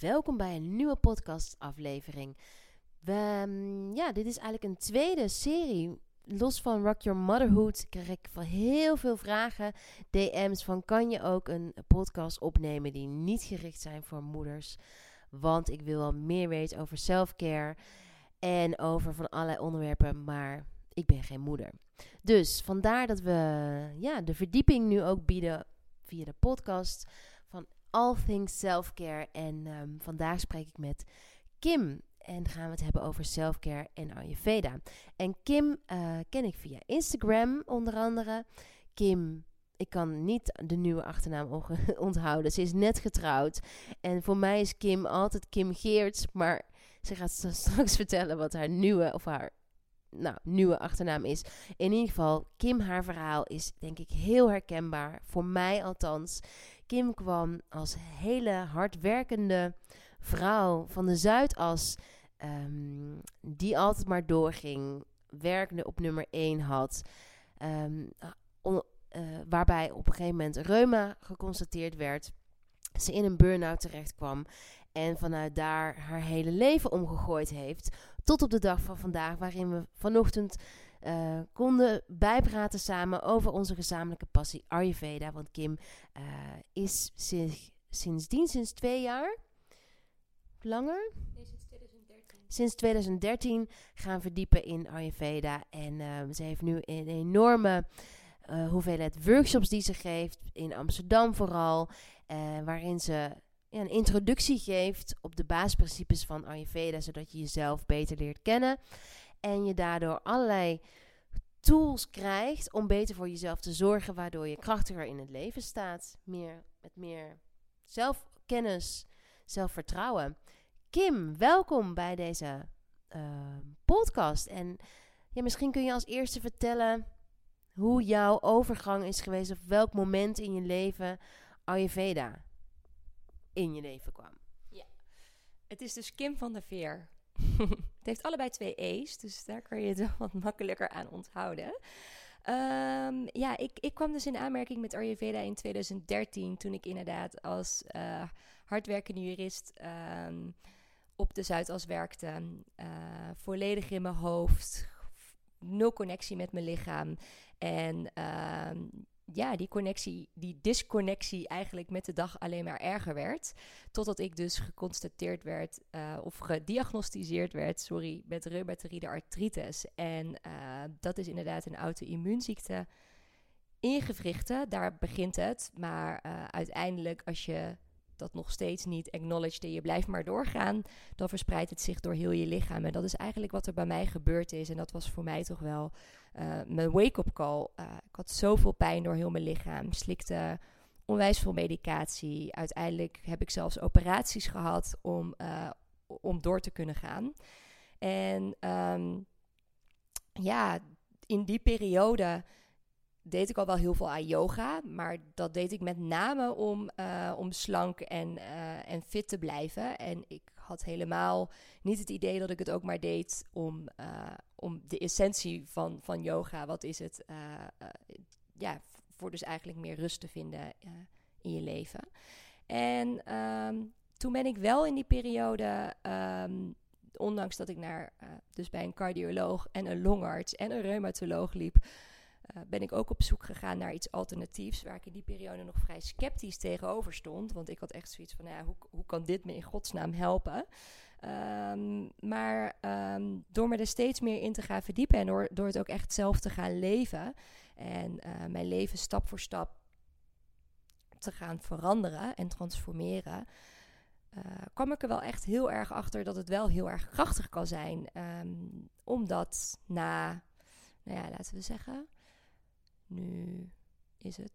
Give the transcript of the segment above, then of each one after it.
welkom bij een nieuwe podcastaflevering. Dit is eigenlijk een tweede serie. Los van Rock Your Motherhood krijg ik van heel veel vragen, DM's van kan je ook een podcast opnemen die niet gericht zijn voor moeders. Want ik wil wel meer weten over selfcare en over van allerlei onderwerpen, maar ik ben geen moeder. Dus vandaar dat we de verdieping nu ook bieden via de podcast van All Things Selfcare. En vandaag spreek ik met Kim. En gaan we het hebben over selfcare en Ayurveda. En Kim ken ik via Instagram onder andere. Kim, ik kan niet de nieuwe achternaam onthouden. Ze is net getrouwd. En voor mij is Kim altijd Kim Geerts. Maar ze gaat straks vertellen wat haar nieuwe achternaam is. In ieder geval, Kim, haar verhaal is denk ik heel herkenbaar. Voor mij althans. Kim kwam als hele hardwerkende vrouw van de Zuidas, die altijd maar doorging, werkende op nummer 1 had, waarbij op een gegeven moment reuma geconstateerd werd, ze in een burn-out terecht kwam en vanuit daar haar hele leven omgegooid heeft, tot op de dag van vandaag, waarin we vanochtend konden bijpraten samen over onze gezamenlijke passie Ayurveda. Want Kim is sinds 2 jaar, langer? Nee, sinds 2013. Sinds 2013 gaan verdiepen in Ayurveda. En ze heeft nu een enorme hoeveelheid workshops die ze geeft, in Amsterdam vooral, waarin ze een introductie geeft op de basisprincipes van Ayurveda, zodat je jezelf beter leert kennen en je daardoor allerlei tools krijgt om beter voor jezelf te zorgen, waardoor je krachtiger in het leven staat, met meer zelfkennis, zelfvertrouwen. Kim, welkom bij deze podcast. En misschien kun je als eerste vertellen hoe jouw overgang is geweest, of welk moment in je leven Ayurveda in je leven kwam. Ja, het is dus Kim van der Veer. Het heeft allebei 2 E's, dus daar kan je het wel wat makkelijker aan onthouden. Ik kwam dus in aanmerking met Ayurveda in 2013, toen ik inderdaad als hardwerkende jurist op de Zuidas werkte. Volledig in mijn hoofd, 0 connectie met mijn lichaam. En die disconnectie eigenlijk met de dag alleen maar erger werd. Totdat ik dus geconstateerd werd, of gediagnosticeerd werd, met reumatoïde artritis. En dat is inderdaad een auto-immuunziekte in je gewrichten. Daar begint het. Maar uiteindelijk, als je dat nog steeds niet acknowledged en je blijft maar doorgaan, dan verspreidt het zich door heel je lichaam. En dat is eigenlijk wat er bij mij gebeurd is. En dat was voor mij toch wel mijn wake-up call. Ik had zoveel pijn door heel mijn lichaam. Slikte onwijs veel medicatie. Uiteindelijk heb ik zelfs operaties gehad om door te kunnen gaan. En in die periode deed ik al wel heel veel aan yoga, maar dat deed ik met name om slank en fit te blijven. En ik had helemaal niet het idee dat ik het ook maar deed om de essentie van yoga, wat is het, voor dus eigenlijk meer rust te vinden in je leven. En toen ben ik wel in die periode, ondanks dat ik dus bij een cardioloog en een longarts en een reumatoloog liep, ben ik ook op zoek gegaan naar iets alternatiefs, waar ik in die periode nog vrij sceptisch tegenover stond. Want ik had echt zoiets van, hoe kan dit me in godsnaam helpen? Maar door me er steeds meer in te gaan verdiepen en door het ook echt zelf te gaan leven en mijn leven stap voor stap te gaan veranderen en transformeren, kwam ik er wel echt heel erg achter dat het wel heel erg krachtig kan zijn. Omdat laten we zeggen, nu is het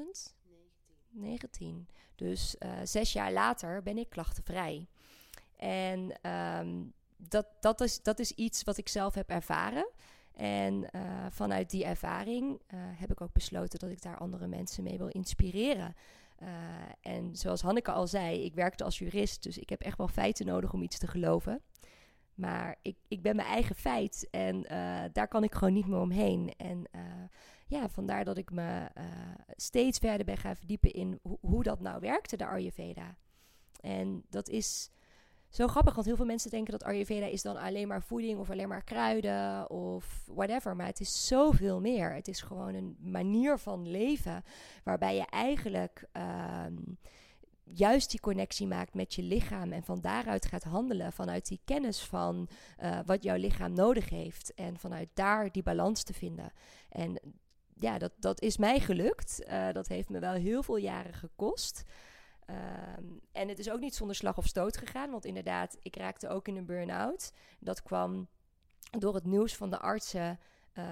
2019. Dus 6 jaar later ben ik klachtenvrij. En dat is iets wat ik zelf heb ervaren. En vanuit die ervaring heb ik ook besloten dat ik daar andere mensen mee wil inspireren. En zoals Hanneke al zei, ik werkte als jurist, dus ik heb echt wel feiten nodig om iets te geloven. Maar ik ben mijn eigen feit en daar kan ik gewoon niet meer omheen. En vandaar dat ik me steeds verder ben gaan verdiepen in hoe dat nou werkte, de Ayurveda. En dat is zo grappig, want heel veel mensen denken dat Ayurveda is dan alleen maar voeding of alleen maar kruiden of whatever. Maar het is zoveel meer. Het is gewoon een manier van leven waarbij je eigenlijk juist die connectie maakt met je lichaam en van daaruit gaat handelen vanuit die kennis van wat jouw lichaam nodig heeft en vanuit daar die balans te vinden. En ja, dat is mij gelukt. Dat heeft me wel heel veel jaren gekost. En het is ook niet zonder slag of stoot gegaan, want inderdaad, ik raakte ook in een burn-out. Dat kwam door het nieuws van de artsen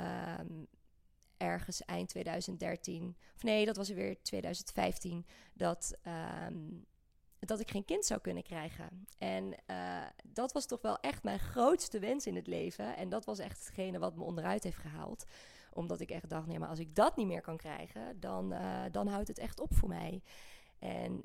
ergens eind 2013. Of nee, dat was weer 2015. Dat ik geen kind zou kunnen krijgen. En dat was toch wel echt mijn grootste wens in het leven. En dat was echt hetgene wat me onderuit heeft gehaald. Omdat ik echt dacht, nee, maar als ik dat niet meer kan krijgen, dan houdt het echt op voor mij. En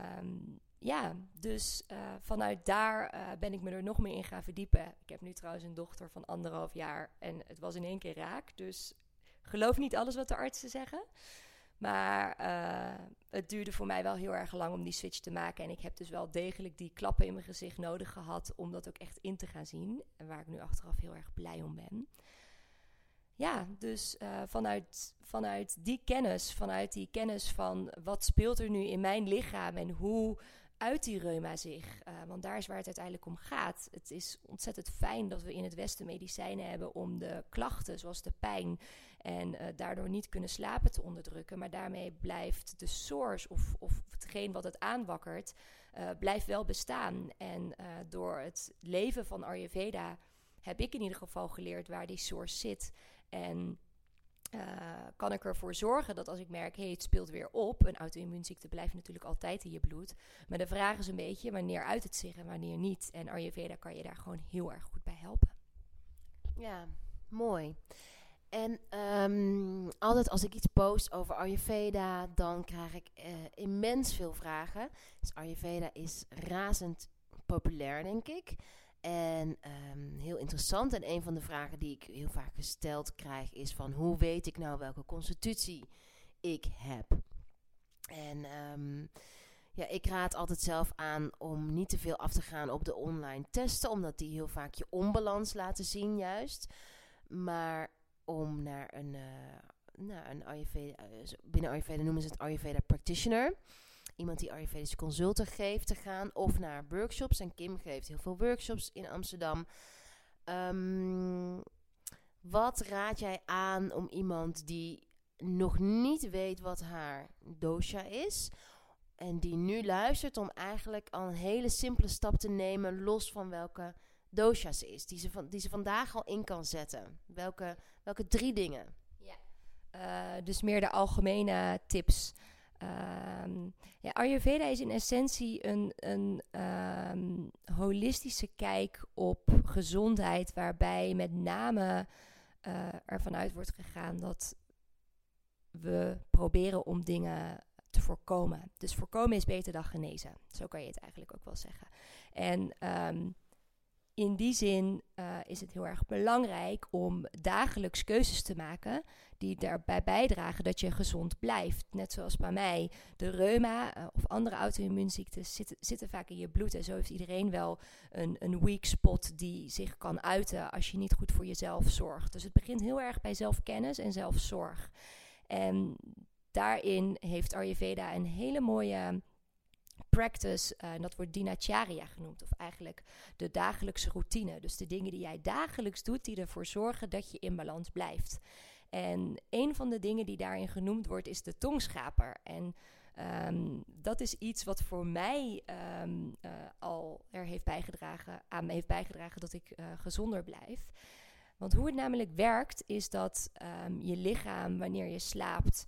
dus vanuit daar ben ik me er nog meer in gaan verdiepen. Ik heb nu trouwens een dochter van 1,5 jaar en het was in 1 keer raak. Dus geloof niet alles wat de artsen zeggen. Maar het duurde voor mij wel heel erg lang om die switch te maken. En ik heb dus wel degelijk die klappen in mijn gezicht nodig gehad om dat ook echt in te gaan zien. En waar ik nu achteraf heel erg blij om ben. Ja, dus vanuit die kennis van wat speelt er nu in mijn lichaam en hoe uit die reuma zich. Want daar is waar het uiteindelijk om gaat. Het is ontzettend fijn dat we in het Westen medicijnen hebben om de klachten, zoals de pijn en daardoor niet kunnen slapen, te onderdrukken. Maar daarmee blijft de source of hetgeen wat het aanwakkert, blijft wel bestaan. En door het leven van Ayurveda heb ik in ieder geval geleerd waar die source zit. En kan ik ervoor zorgen dat als ik merk, het speelt weer op. Een auto-immuunziekte blijft natuurlijk altijd in je bloed. Maar de vraag is een beetje, wanneer uit het zich en wanneer niet. En Ayurveda kan je daar gewoon heel erg goed bij helpen. Ja, mooi. En altijd als ik iets post over Ayurveda, dan krijg ik immens veel vragen. Dus Ayurveda is razend populair, denk ik. En heel interessant. En een van de vragen die ik heel vaak gesteld krijg is van, hoe weet ik nou welke constitutie ik heb? En ik raad altijd zelf aan om niet te veel af te gaan op de online testen, omdat die heel vaak je onbalans laten zien juist. Maar om naar een Ayurveda, binnen Ayurveda noemen ze het Ayurveda practitioner, iemand die Ayurvedische consulten geeft, te gaan. Of naar workshops. En Kim geeft heel veel workshops in Amsterdam. Wat raad jij aan om iemand die nog niet weet wat haar dosha is, en die nu luistert, om eigenlijk al een hele simpele stap te nemen, los van welke dosha ze is, die ze vandaag al in kan zetten? Welke 3 dingen? Ja. Dus meer de algemene tips. Ayurveda is in essentie een holistische kijk op gezondheid, waarbij met name ervan uit wordt gegaan dat we proberen om dingen te voorkomen. Dus voorkomen is beter dan genezen. Zo kan je het eigenlijk ook wel zeggen. En in die zin is het heel erg belangrijk om dagelijks keuzes te maken die daarbij bijdragen dat je gezond blijft. Net zoals bij mij. De reuma of andere auto-immuunziektes zitten vaak in je bloed. En zo heeft iedereen wel een weak spot die zich kan uiten als je niet goed voor jezelf zorgt. Dus het begint heel erg bij zelfkennis en zelfzorg. En daarin heeft Ayurveda een hele mooie practice, en dat wordt dinacharya genoemd, of eigenlijk de dagelijkse routine. Dus de dingen die jij dagelijks doet, die ervoor zorgen dat je in balans blijft. En een van de dingen die daarin genoemd wordt, is de tongschaper. En dat is iets wat voor mij al aan me heeft bijgedragen dat ik gezonder blijf. Want hoe het namelijk werkt, is dat je lichaam, wanneer je slaapt,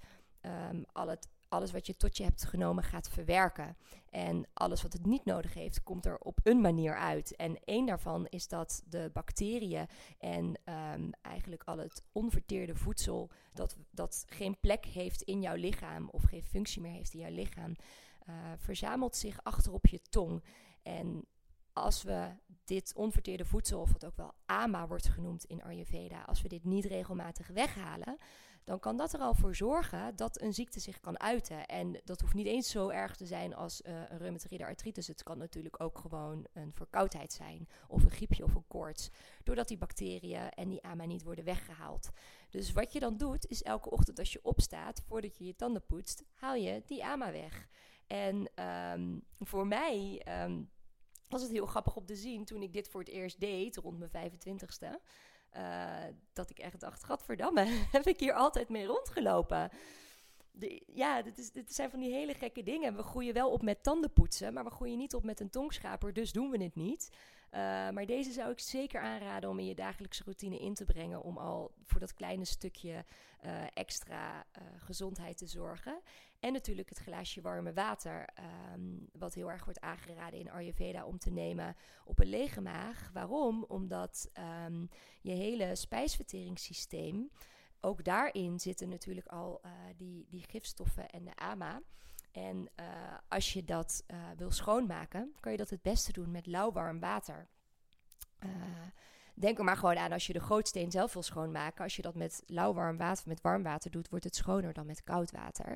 alles wat je tot je hebt genomen gaat verwerken. En alles wat het niet nodig heeft, komt er op een manier uit. En één daarvan is dat de bacteriën en eigenlijk al het onverteerde voedsel dat geen plek heeft in jouw lichaam of geen functie meer heeft in jouw lichaam, verzamelt zich achter op je tong. En als we dit onverteerde voedsel, of wat ook wel ama wordt genoemd in Ayurveda, als we dit niet regelmatig weghalen, dan kan dat er al voor zorgen dat een ziekte zich kan uiten. En dat hoeft niet eens zo erg te zijn als een reumatoïde artritis. Het kan natuurlijk ook gewoon een verkoudheid zijn, of een griepje of een koorts, doordat die bacteriën en die AMA niet worden weggehaald. Dus wat je dan doet, is elke ochtend als je opstaat, voordat je je tanden poetst, haal je die AMA weg. En voor mij was het heel grappig om te zien toen ik dit voor het eerst deed, rond mijn 25ste. Dat ik echt dacht, gadverdamme, heb ik hier altijd mee rondgelopen. Dit zijn van die hele gekke dingen. We groeien wel op met tandenpoetsen, maar we groeien niet op met een tongschraper, dus doen we het niet. Maar deze zou ik zeker aanraden om in je dagelijkse routine in te brengen, om al voor dat kleine stukje extra gezondheid te zorgen. En natuurlijk het glaasje warme water, wat heel erg wordt aangeraden in Ayurveda om te nemen op een lege maag. Waarom? Omdat je hele spijsverteringssysteem, ook daarin zitten natuurlijk al die gifstoffen en de AMA. En als je dat wil schoonmaken, kan je dat het beste doen met lauwwarm water. Denk er maar gewoon aan als je de gootsteen zelf wil schoonmaken. Als je dat met lauwwarm water, met warm water doet, wordt het schoner dan met koud water.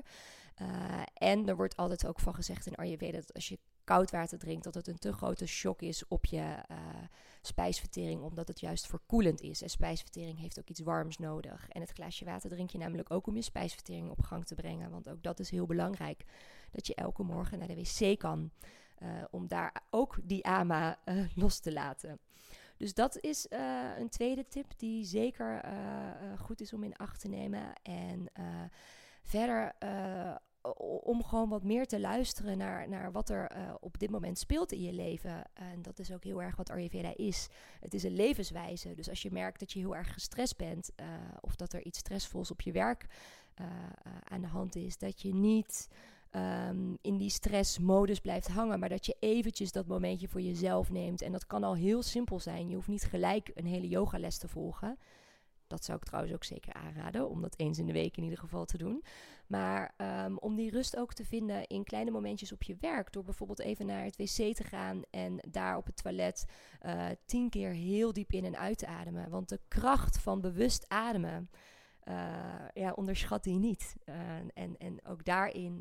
En er wordt altijd ook van gezegd in Ayurveda dat als je koud water drinkt, dat het een te grote shock is op je spijsvertering, omdat het juist verkoelend is. En spijsvertering heeft ook iets warms nodig. En het glaasje water drink je namelijk ook om je spijsvertering op gang te brengen. Want ook dat is heel belangrijk, dat je elke morgen naar de wc kan, om daar ook die AMA los te laten. Dus dat is een tweede tip die zeker goed is om in acht te nemen. En verder om gewoon wat meer te luisteren naar wat er op dit moment speelt in je leven. En dat is ook heel erg wat Ayurveda is. Het is een levenswijze. Dus als je merkt dat je heel erg gestrest bent, of dat er iets stressvols op je werk aan de hand is, dat je niet in die stressmodus blijft hangen, maar dat je eventjes dat momentje voor jezelf neemt. En dat kan al heel simpel zijn. Je hoeft niet gelijk een hele yogales te volgen. Dat zou ik trouwens ook zeker aanraden, om dat eens in de week in ieder geval te doen. Maar om die rust ook te vinden in kleine momentjes op je werk, door bijvoorbeeld even naar het wc te gaan en daar op het toilet 10 keer heel diep in en uit te ademen. Want de kracht van bewust ademen, onderschat die niet. En ook daarin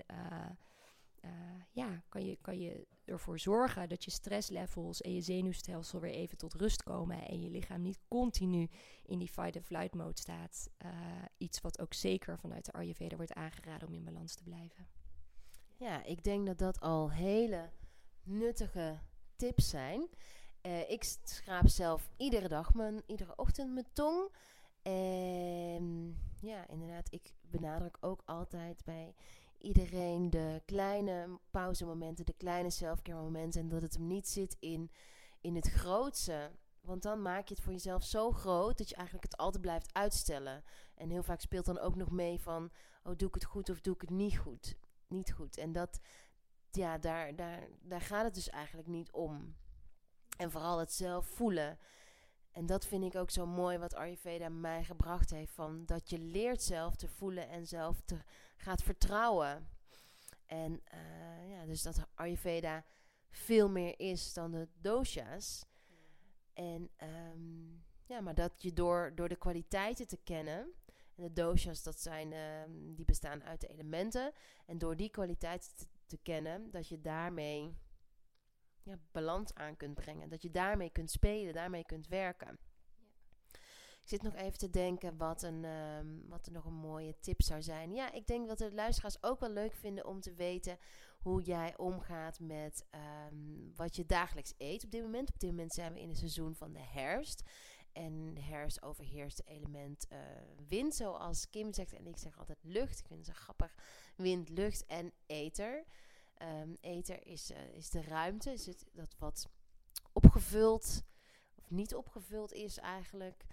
kan je ervoor zorgen dat je stresslevels en je zenuwstelsel weer even tot rust komen en je lichaam niet continu in die fight-and-flight mode staat. Iets wat ook zeker vanuit de Ayurveda wordt aangeraden om in balans te blijven. Ja, ik denk dat dat al hele nuttige tips zijn. Ik schraap zelf iedere ochtend mijn tong. En ja, inderdaad, ik benadruk ook altijd bij iedereen de kleine pauzemomenten, de kleine selfcare momenten. En dat het hem niet zit in het grootste. Want dan maak je het voor jezelf zo groot dat je eigenlijk het altijd blijft uitstellen. En heel vaak speelt dan ook nog mee van, oh, doe ik het goed of doe ik het niet goed. En dat, ja, daar gaat het dus eigenlijk niet om. En vooral het zelf voelen. En dat vind ik ook zo mooi wat Ayurveda mij gebracht heeft. Van dat je leert zelf te voelen en zelf te gaat vertrouwen. En dus dat Ayurveda veel meer is dan de dosha's. En maar dat je door de kwaliteiten te kennen. En de dosha's, dat zijn, die bestaan uit de elementen. En door die kwaliteiten te kennen, dat je daarmee balans aan kunt brengen. Dat je daarmee kunt spelen, daarmee kunt werken. Ja. Ik zit nog even te denken wat er nog een mooie tip zou zijn. Ja, ik denk dat de luisteraars ook wel leuk vinden om te weten hoe jij omgaat met wat je dagelijks eet op dit moment. Op dit moment zijn we in het seizoen van de herfst. En de herfst overheerst het element wind, zoals Kim zegt. En ik zeg altijd lucht. Ik vind het zo grappig. Wind, lucht en ether. Ether is de ruimte. Is het dat wat opgevuld of niet opgevuld is eigenlijk.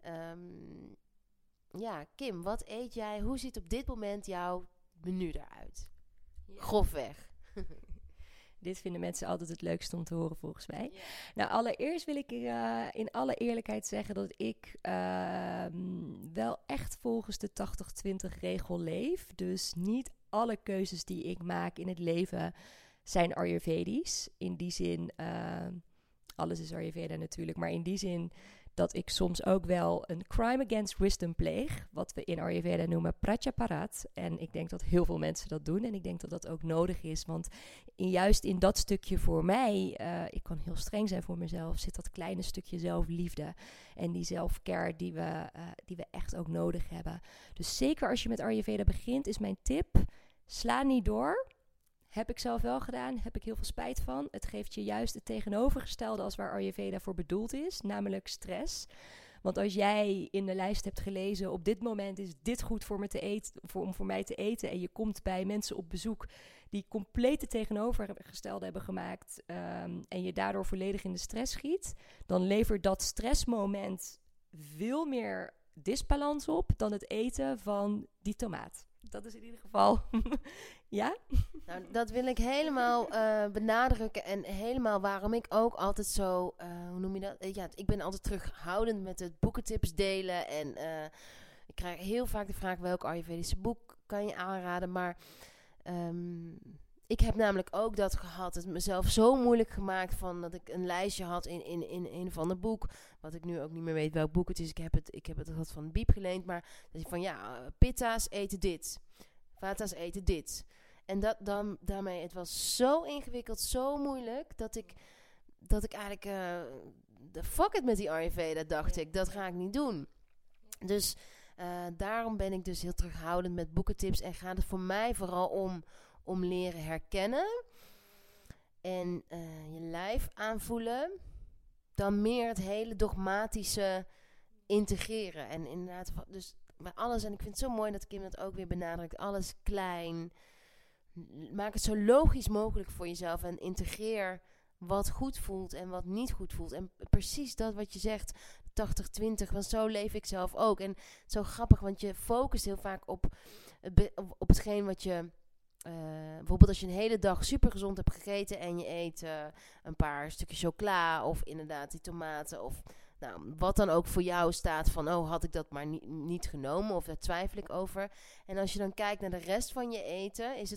Kim, wat eet jij? Hoe ziet op dit moment jouw menu eruit? Ja. Grofweg. Dit vinden mensen altijd het leukste om te horen volgens mij. Yeah. Nou, allereerst wil ik in alle eerlijkheid zeggen dat ik wel echt volgens de 80-20 regel leef. Dus niet alle keuzes die ik maak in het leven zijn Ayurvedisch. In die zin, alles is Ayurveda natuurlijk, maar in die zin dat ik soms ook wel een crime against wisdom pleeg, wat we in Ayurveda noemen Prajnaparat. En ik denk dat heel veel mensen dat doen en ik denk dat dat ook nodig is, want juist in dat stukje voor mij, ik kan heel streng zijn voor mezelf, zit dat kleine stukje zelfliefde en die self-care die we echt ook nodig hebben. Dus zeker als je met Ayurveda begint, is mijn tip, sla niet door. Heb ik zelf wel gedaan, heb ik heel veel spijt van. Het geeft je juist het tegenovergestelde als waar Ayurveda voor bedoeld is, namelijk stress. Want als jij in de lijst hebt gelezen, op dit moment is dit goed voor me te eten, om voor mij te eten, en je komt bij mensen op bezoek die compleet het tegenovergestelde hebben gemaakt, en je daardoor volledig in de stress schiet, dan levert dat stressmoment veel meer disbalans op dan het eten van die tomaat. Dat is in ieder geval, ja? Nou, dat wil ik helemaal benadrukken. En helemaal waarom ik ook altijd zo, hoe noem je dat? Ja, ik ben altijd terughoudend met het boekentips delen. En ik krijg heel vaak de vraag, welk Ayurvedische boek kan je aanraden? Maar ik heb namelijk ook dat gehad. Het mezelf zo moeilijk gemaakt van dat ik een lijstje had in een van de boek. Wat ik nu ook niet meer weet welk boek het is. Ik heb het gehad van Biep geleend. Maar dat je van pitta's eten dit. Vata's eten dit. En daarmee, het was zo ingewikkeld, zo moeilijk, dat ik eigenlijk, fuck it met die Ayurveda, dacht ik. Dat ga ik niet doen. Dus daarom ben ik dus heel terughoudend met boekentips. En gaat het voor mij vooral om leren herkennen. En je lijf aanvoelen. Dan meer het hele dogmatische integreren. En inderdaad, dus bij alles, en ik vind het zo mooi dat Kim dat ook weer benadrukt, alles klein. Maak het zo logisch mogelijk voor jezelf en integreer wat goed voelt en wat niet goed voelt. En precies dat wat je zegt, 80-20, want zo leef ik zelf ook. En zo grappig, want je focust heel vaak op hetgeen wat je, bijvoorbeeld als je een hele dag super gezond hebt gegeten en je eet een paar stukjes chocola of inderdaad die tomaten of wat dan ook voor jou staat van, had ik dat maar niet genomen of daar twijfel ik over. En als je dan kijkt naar de rest van je eten, is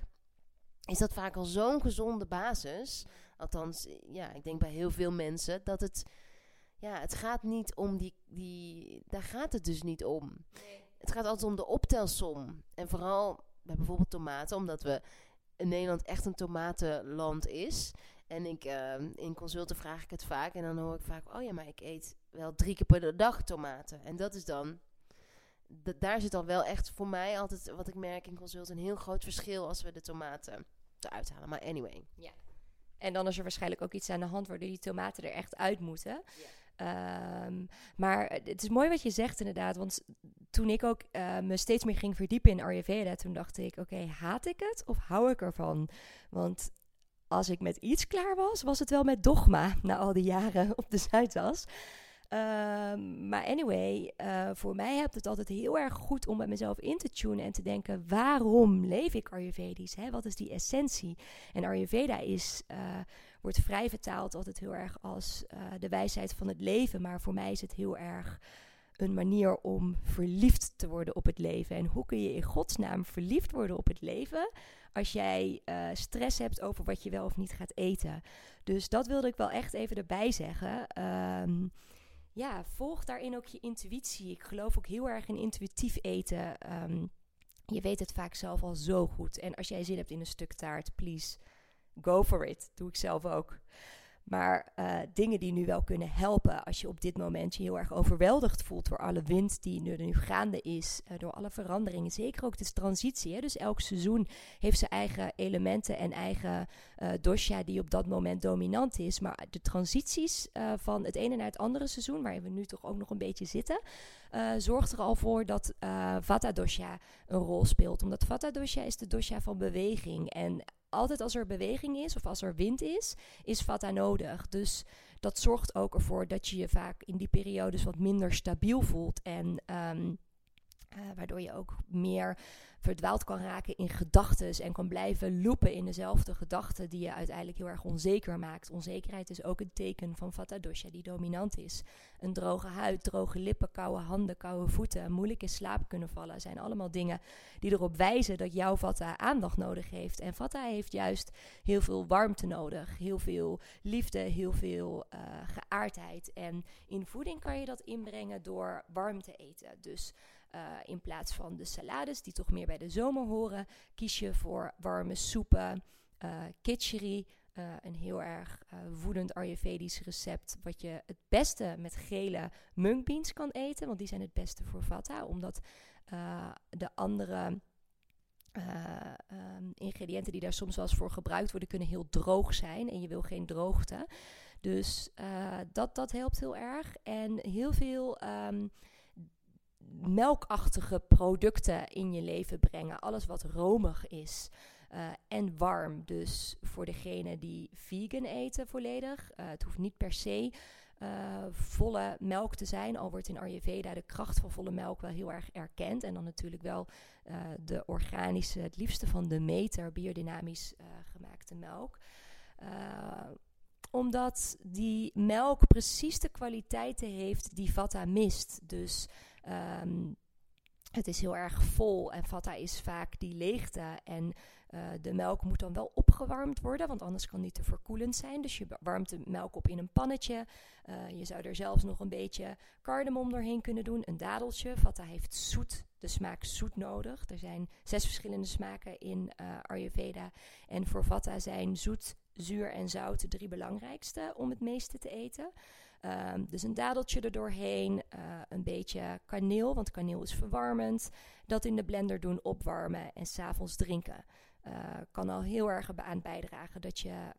dat vaak al zo'n gezonde basis. Althans, ja, ik denk bij heel veel mensen dat het gaat niet om daar gaat het dus niet om. Nee. Het gaat altijd om de optelsom. En vooral bij bijvoorbeeld tomaten, omdat we in Nederland echt een tomatenland is. En in consulten vraag ik het vaak. En dan hoor ik vaak, maar ik eet wel 3 keer per dag tomaten. En dat is dan, daar zit al wel echt voor mij altijd, wat ik merk in consulten, een heel groot verschil als we de tomaten eruit halen. Maar anyway. Ja. En dan is er waarschijnlijk ook iets aan de hand waardoor die tomaten er echt uit moeten. Ja. Maar het is mooi wat je zegt inderdaad, want toen ik ook me steeds meer ging verdiepen in Ayurveda, toen dacht ik, oké, haat ik het of hou ik ervan? Want als ik met iets klaar was het wel met dogma na al die jaren op de Zuidas. Maar anyway, voor mij helpt het altijd heel erg goed om met mezelf in te tunen en te denken, waarom leef ik Ayurvedisch? Hè? Wat is die essentie? En Ayurveda wordt vrij vertaald altijd heel erg als de wijsheid van het leven. Maar voor mij is het heel erg een manier om verliefd te worden op het leven. En hoe kun je in godsnaam verliefd worden op het leven als jij stress hebt over wat je wel of niet gaat eten? Dus dat wilde ik wel echt even erbij zeggen. Volg daarin ook je intuïtie. Ik geloof ook heel erg in intuïtief eten. Je weet het vaak zelf al zo goed. En als jij zin hebt in een stuk taart, please, go for it. Doe ik zelf ook. Maar dingen die nu wel kunnen helpen als je op dit moment je heel erg overweldigd voelt door alle wind die er nu gaande is, door alle veranderingen. Zeker ook de transitie. Hè? Dus elk seizoen heeft zijn eigen elementen en eigen dosha die op dat moment dominant is. Maar de transities van het ene naar het andere seizoen, waar we nu toch ook nog een beetje zitten, zorgt er al voor dat Vata dosha een rol speelt. Omdat Vata dosha is de dosha van beweging. En altijd als er beweging is of als er wind is Vata nodig. Dus dat zorgt ook ervoor dat je je vaak in die periodes wat minder stabiel voelt. En Waardoor je ook meer verdwaald kan raken in gedachtes en kan blijven loopen in dezelfde gedachten die je uiteindelijk heel erg onzeker maakt. Onzekerheid is ook een teken van Vata Dosha die dominant is. Een droge huid, droge lippen, koude handen, koude voeten, moeilijk in slaap kunnen vallen, zijn allemaal dingen die erop wijzen dat jouw Vata aandacht nodig heeft. En Vata heeft juist heel veel warmte nodig, heel veel liefde, heel veel geaardheid. En in voeding kan je dat inbrengen door warm te eten. Dus in plaats van de salades die toch meer bij de zomer horen, kies je voor warme soepen, khichdi, een heel erg voedend Ayurvedisch recept wat je het beste met gele mung beans kan eten, want die zijn het beste voor Vata, omdat de andere ingrediënten die daar soms wel eens voor gebruikt worden, kunnen heel droog zijn en je wil geen droogte. Dus dat helpt heel erg. En heel veel melkachtige producten in je leven brengen. Alles wat romig is en warm. Dus voor degene die vegan eten volledig. Het hoeft niet per se volle melk te zijn. Al wordt in Ayurveda de kracht van volle melk wel heel erg erkend. En dan natuurlijk wel de organische, het liefste van de meter, biodynamisch gemaakte melk. Omdat die melk precies de kwaliteiten heeft die Vata mist. Dus het is heel erg vol en Vata is vaak die leegte. En de melk moet dan wel opgewarmd worden, want anders kan die te verkoelend zijn. Dus je warmt de melk op in een pannetje. Je zou er zelfs nog een beetje cardamom doorheen kunnen doen, een dadeltje. Vata heeft zoet, de smaak zoet nodig. Er zijn 6 verschillende smaken in Ayurveda. En voor Vata zijn zoet, zuur en zout de 3 belangrijkste om het meeste te eten. Dus een dadeltje er doorheen, een beetje kaneel, want kaneel is verwarmend. Dat in de blender doen, opwarmen en 's avonds drinken. Kan al heel erg aan bijdragen dat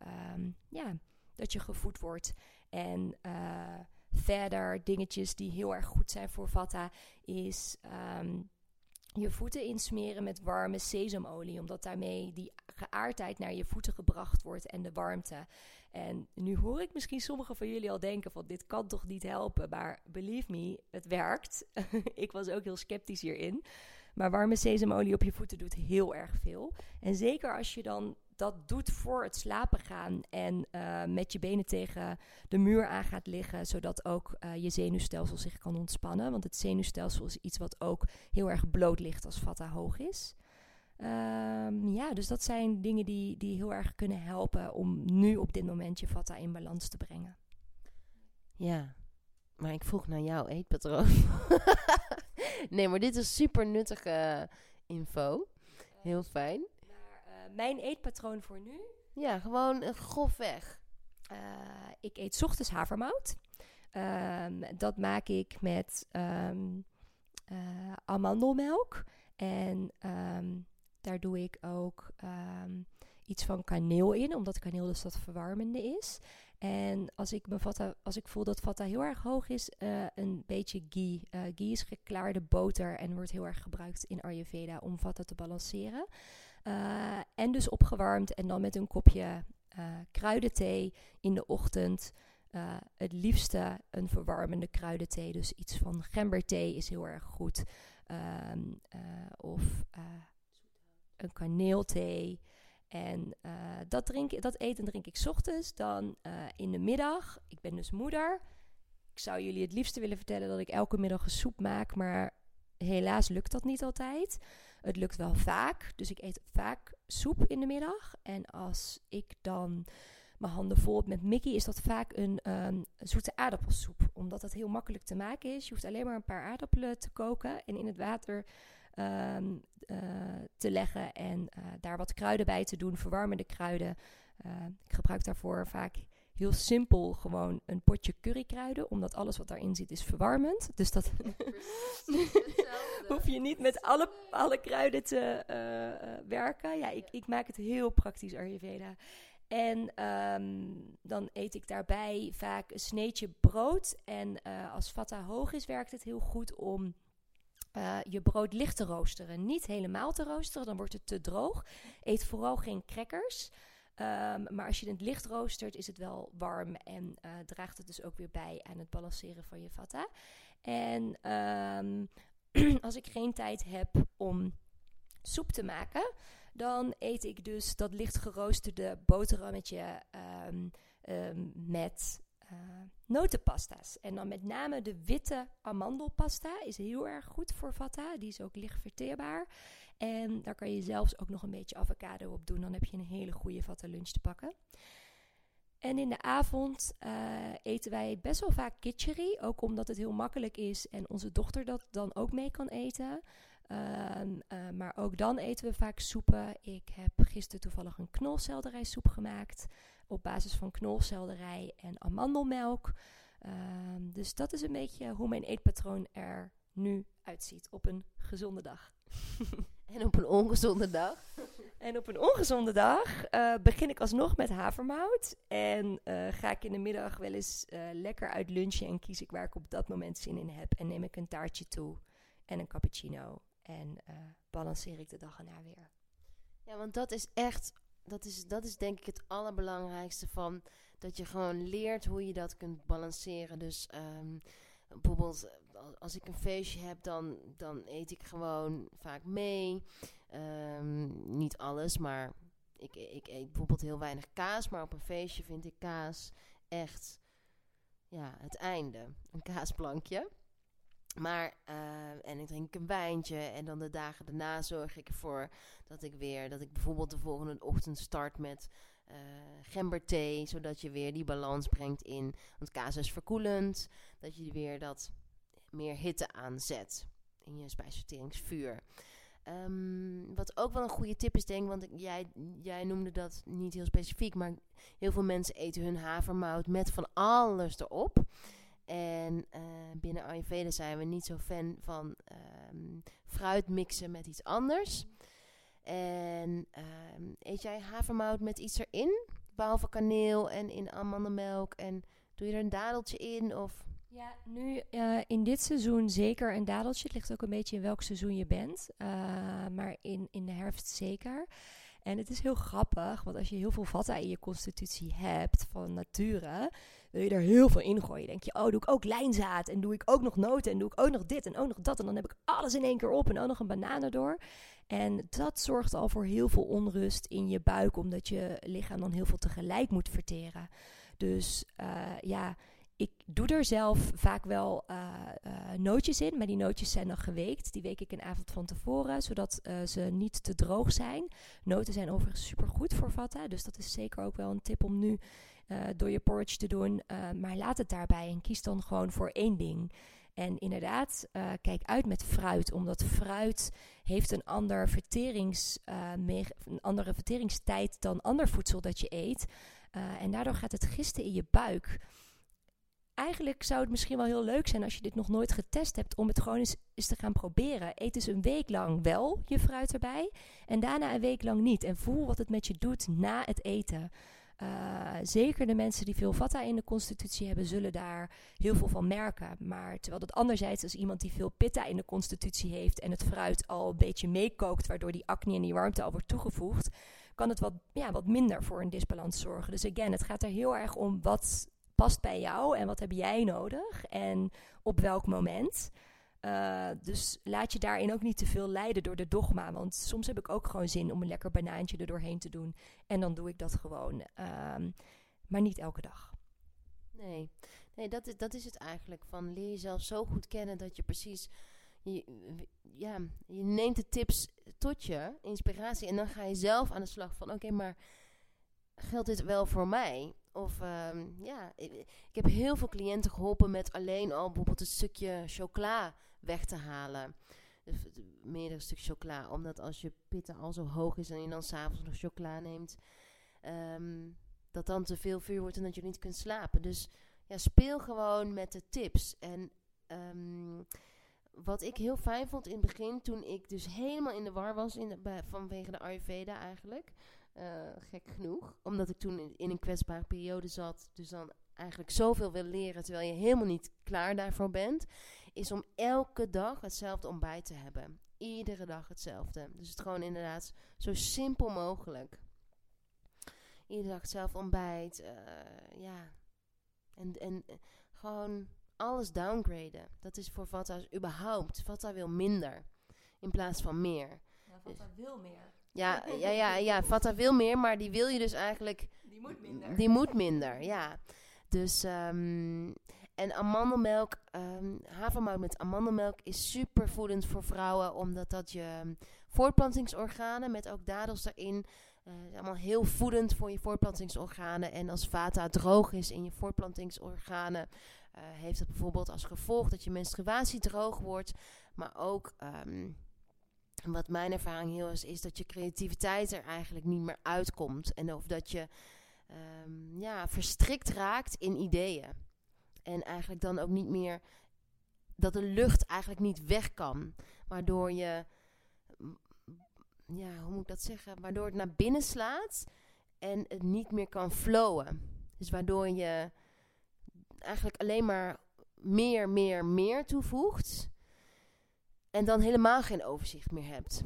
je gevoed wordt. En verder dingetjes die heel erg goed zijn voor Vata is je voeten insmeren met warme sesamolie, omdat daarmee die geaardheid naar je voeten gebracht wordt en de warmte. En nu hoor ik misschien sommigen van jullie al denken van dit kan toch niet helpen, maar believe me, het werkt. Ik was ook heel sceptisch hierin. Maar warme sesamolie op je voeten doet heel erg veel. En zeker als je dan dat doet voor het slapen gaan en met je benen tegen de muur aan gaat liggen, zodat ook je zenuwstelsel zich kan ontspannen. Want het zenuwstelsel is iets wat ook heel erg bloot ligt als Vata hoog is. Dus dat zijn dingen die heel erg kunnen helpen om nu op dit moment je Vata in balans te brengen. Ja, maar ik vroeg naar jouw eetpatroon. Nee, maar dit is super nuttige info. Heel fijn. Maar mijn eetpatroon voor nu? Ja, gewoon grofweg. Ik eet 's ochtends havermout. Dat maak ik met amandelmelk. En daar doe ik ook iets van kaneel in, omdat kaneel dus dat verwarmende is. En als ik voel dat Vata heel erg hoog is, een beetje ghee. Ghee is geklaarde boter en wordt heel erg gebruikt in Ayurveda om Vata te balanceren. En dus opgewarmd en dan met een kopje kruidenthee in de ochtend. Het liefste een verwarmende kruidenthee. Dus iets van gemberthee is heel erg goed. Of een kaneelthee. En dat eten drink ik 's ochtends. Dan in de middag. Ik ben dus moeder. Ik zou jullie het liefste willen vertellen dat ik elke middag een soep maak. Maar helaas lukt dat niet altijd. Het lukt wel vaak. Dus ik eet vaak soep in de middag. En als ik dan mijn handen vol heb met Mickey, is dat vaak een zoete aardappelsoep. Omdat dat heel makkelijk te maken is. Je hoeft alleen maar een paar aardappelen te koken en in het water te leggen. En daar wat kruiden bij te doen, verwarmende kruiden. Ik gebruik daarvoor vaak heel simpel gewoon een potje currykruiden. Omdat alles wat daarin zit is verwarmend. Dus dat hoef je niet met alle kruiden te werken. Ja, ik maak het heel praktisch Ayurveda. En dan eet ik daarbij vaak een sneetje brood. En als Vata hoog is, werkt het heel goed om je brood licht te roosteren. Niet helemaal te roosteren, dan wordt het te droog. Eet vooral geen crackers. Maar als je het licht roostert, is het wel warm en draagt het dus ook weer bij aan het balanceren van je Vata. En als ik geen tijd heb om soep te maken, dan eet ik dus dat licht geroosterde boterhammetje met notenpasta's. En dan met name de witte amandelpasta is heel erg goed voor vata. Die is ook licht verteerbaar. En daar kan je zelfs ook nog een beetje avocado op doen. Dan heb je een hele goede vata lunch te pakken. En in de avond eten wij best wel vaak kitchery. Ook omdat het heel makkelijk is en onze dochter dat dan ook mee kan eten. Maar ook dan eten we vaak soepen. Ik heb gisteren toevallig een knolselderijsoep gemaakt. Op basis van knolselderij en amandelmelk. Dus dat is een beetje hoe mijn eetpatroon er nu uitziet op een gezonde dag. En op een ongezonde dag? En op een ongezonde dag begin ik alsnog met havermout. En ga ik in de middag wel eens lekker uit lunchen. En kies ik waar ik op dat moment zin in heb. En neem ik een taartje toe en een cappuccino. En balanceer ik de dag erna weer. Ja, want dat is echt... Dat is denk ik het allerbelangrijkste van... dat je gewoon leert hoe je dat kunt balanceren. Dus bijvoorbeeld als ik een feestje heb... dan eet ik gewoon vaak mee. Niet alles, maar ik eet bijvoorbeeld heel weinig kaas. Maar op een feestje vind ik kaas echt het einde. Een kaasplankje. Maar, en ik drink een wijntje en dan de dagen daarna zorg ik ervoor dat ik bijvoorbeeld de volgende ochtend start met gemberthee, zodat je weer die balans brengt in, want kaas is verkoelend, dat je weer dat meer hitte aanzet in je spijsverteringsvuur. Wat ook wel een goede tip is, denk ik, want jij noemde dat niet heel specifiek, maar heel veel mensen eten hun havermout met van alles erop. En binnen Ayurveda zijn we niet zo fan van fruit mixen met iets anders. En eet jij havermout met iets erin? Behalve kaneel en in amandelmelk. En doe je er een dadeltje in? Of? Ja, nu in dit seizoen zeker een dadeltje. Het ligt ook een beetje in welk seizoen je bent. Maar in de herfst zeker. En het is heel grappig, want als je heel veel vata in je constitutie hebt van nature, wil je er heel veel in gooien. Denk je, doe ik ook lijnzaad en doe ik ook nog noten en doe ik ook nog dit en ook nog dat. En dan heb ik alles in één keer op en ook nog een banaan erdoor. En dat zorgt al voor heel veel onrust in je buik, omdat je lichaam dan heel veel tegelijk moet verteren. Dus ik doe er zelf vaak wel nootjes in, maar die nootjes zijn dan geweekt. Die week ik een avond van tevoren, zodat ze niet te droog zijn. Noten zijn overigens supergoed voor vata, dus dat is zeker ook wel een tip om nu door je porridge te doen. Maar laat het daarbij en kies dan gewoon voor één ding. En inderdaad, kijk uit met fruit, omdat fruit heeft een andere verteringstijd dan ander voedsel dat je eet. En daardoor gaat het gisten in je buik. Eigenlijk zou het misschien wel heel leuk zijn als je dit nog nooit getest hebt, om het gewoon eens te gaan proberen. Eet dus een week lang wel je fruit erbij en daarna een week lang niet. En voel wat het met je doet na het eten. Zeker de mensen die veel vata in de constitutie hebben, zullen daar heel veel van merken. Maar terwijl dat anderzijds als iemand die veel pitta in de constitutie heeft en het fruit al een beetje meekookt, waardoor die acne en die warmte al wordt toegevoegd, kan het wat minder voor een disbalans zorgen. Dus again, het gaat er heel erg om wat past bij jou en wat heb jij nodig en op welk moment. Dus laat je daarin ook niet te veel leiden door de dogma. Want soms heb ik ook gewoon zin om een lekker banaantje er doorheen te doen. En dan doe ik dat gewoon. Maar niet elke dag. Nee, dat is het eigenlijk. Van leer jezelf zo goed kennen dat je precies... Je neemt de tips tot je, inspiratie. En dan ga je zelf aan de slag van... Oké, maar geldt dit wel voor mij? Of ik heb heel veel cliënten geholpen met alleen al bijvoorbeeld een stukje chocola weg te halen. Dus meerdere stukjes chocola. Omdat als je pitta al zo hoog is en je dan s'avonds nog chocola neemt, dat dan te veel vuur wordt en dat je niet kunt slapen. Dus ja, speel gewoon met de tips. En wat ik heel fijn vond in het begin, toen ik dus helemaal in de war was vanwege de Ayurveda eigenlijk. Gek genoeg. Omdat ik toen in een kwetsbare periode zat. Dus dan eigenlijk zoveel wil leren terwijl je helemaal niet klaar daarvoor bent. Is om elke dag hetzelfde ontbijt te hebben. Iedere dag hetzelfde. Dus het gewoon inderdaad zo simpel mogelijk. Iedere dag hetzelfde ontbijt. En gewoon alles downgraden. Dat is voor Vata überhaupt. Vata wil minder in plaats van meer. Ja, Vata wil meer. Ja, Vata wil meer, maar die wil je dus eigenlijk... Die moet minder, ja. Dus, en amandelmelk, havermout met amandelmelk is super voedend voor vrouwen, omdat dat je voortplantingsorganen, met ook dadels erin, is allemaal heel voedend voor je voortplantingsorganen. En als Vata droog is in je voortplantingsorganen, heeft dat bijvoorbeeld als gevolg dat je menstruatie droog wordt, maar ook... wat mijn ervaring heel is dat je creativiteit er eigenlijk niet meer uitkomt. En of dat je verstrikt raakt in ideeën. En eigenlijk dan ook niet meer... dat de lucht eigenlijk niet weg kan. Waardoor je... hoe moet ik dat zeggen? Waardoor het naar binnen slaat en het niet meer kan flowen. Dus waardoor je eigenlijk alleen maar meer toevoegt... en dan helemaal geen overzicht meer hebt.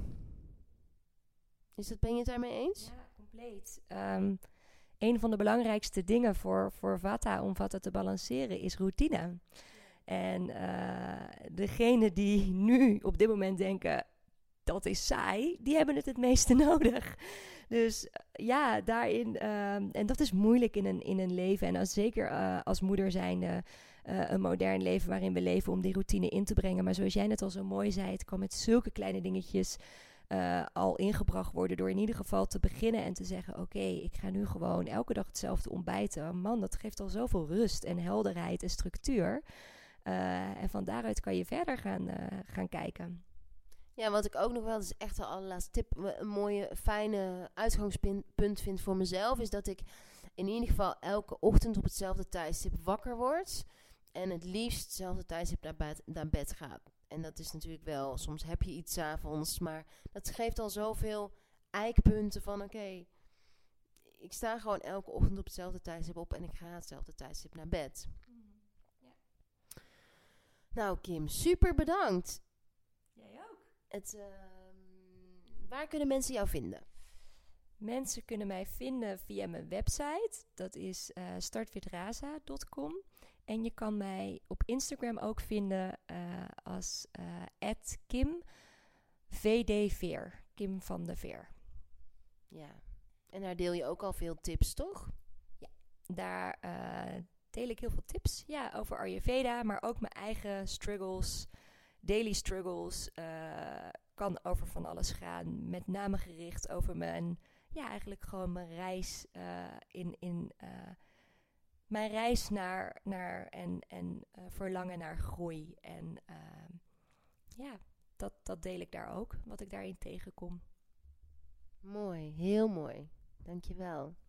Ben je het daarmee eens? Ja, compleet. Een van de belangrijkste dingen voor Vata, om Vata te balanceren, is routine. En degene die nu op dit moment denken, dat is saai, die hebben het meeste nodig. Dus daarin, en dat is moeilijk in een leven. En zeker als moeder zijnde, een modern leven waarin we leven om die routine in te brengen. Maar zoals jij net al zo mooi zei, het kan met zulke kleine dingetjes al ingebracht worden door in ieder geval te beginnen en te zeggen, oké, ik ga nu gewoon elke dag hetzelfde ontbijten. Man, dat geeft al zoveel rust en helderheid en structuur. En van daaruit kan je verder gaan kijken. Ja, wat ik ook nog wel, dat is echt de allerlaatste tip, een mooie, fijne uitgangspunt vind voor mezelf, is dat ik in ieder geval elke ochtend op hetzelfde tijdstip wakker word. En het liefst hetzelfde tijdstip naar bed ga. En dat is natuurlijk wel, soms heb je iets 's avonds, maar dat geeft al zoveel eikpunten van oké, ik sta gewoon elke ochtend op hetzelfde tijdstip op en ik ga hetzelfde tijdstip naar bed. Ja. Nou Kim, super bedankt. Jij ook. Waar kunnen mensen jou vinden? Mensen kunnen mij vinden via mijn website. Dat is startvitraza.com. En je kan mij op Instagram ook vinden als @KimVDVeer. Kim van de Veer. Ja, en daar deel je ook al veel tips, toch? Ja, daar deel ik heel veel tips over Ayurveda, maar ook mijn eigen struggles, daily struggles. Kan over van alles gaan, met name gericht over eigenlijk gewoon mijn reis mijn reis naar en verlangen naar groei. En dat deel ik daar ook, wat ik daarin tegenkom. Mooi, heel mooi. Dankjewel.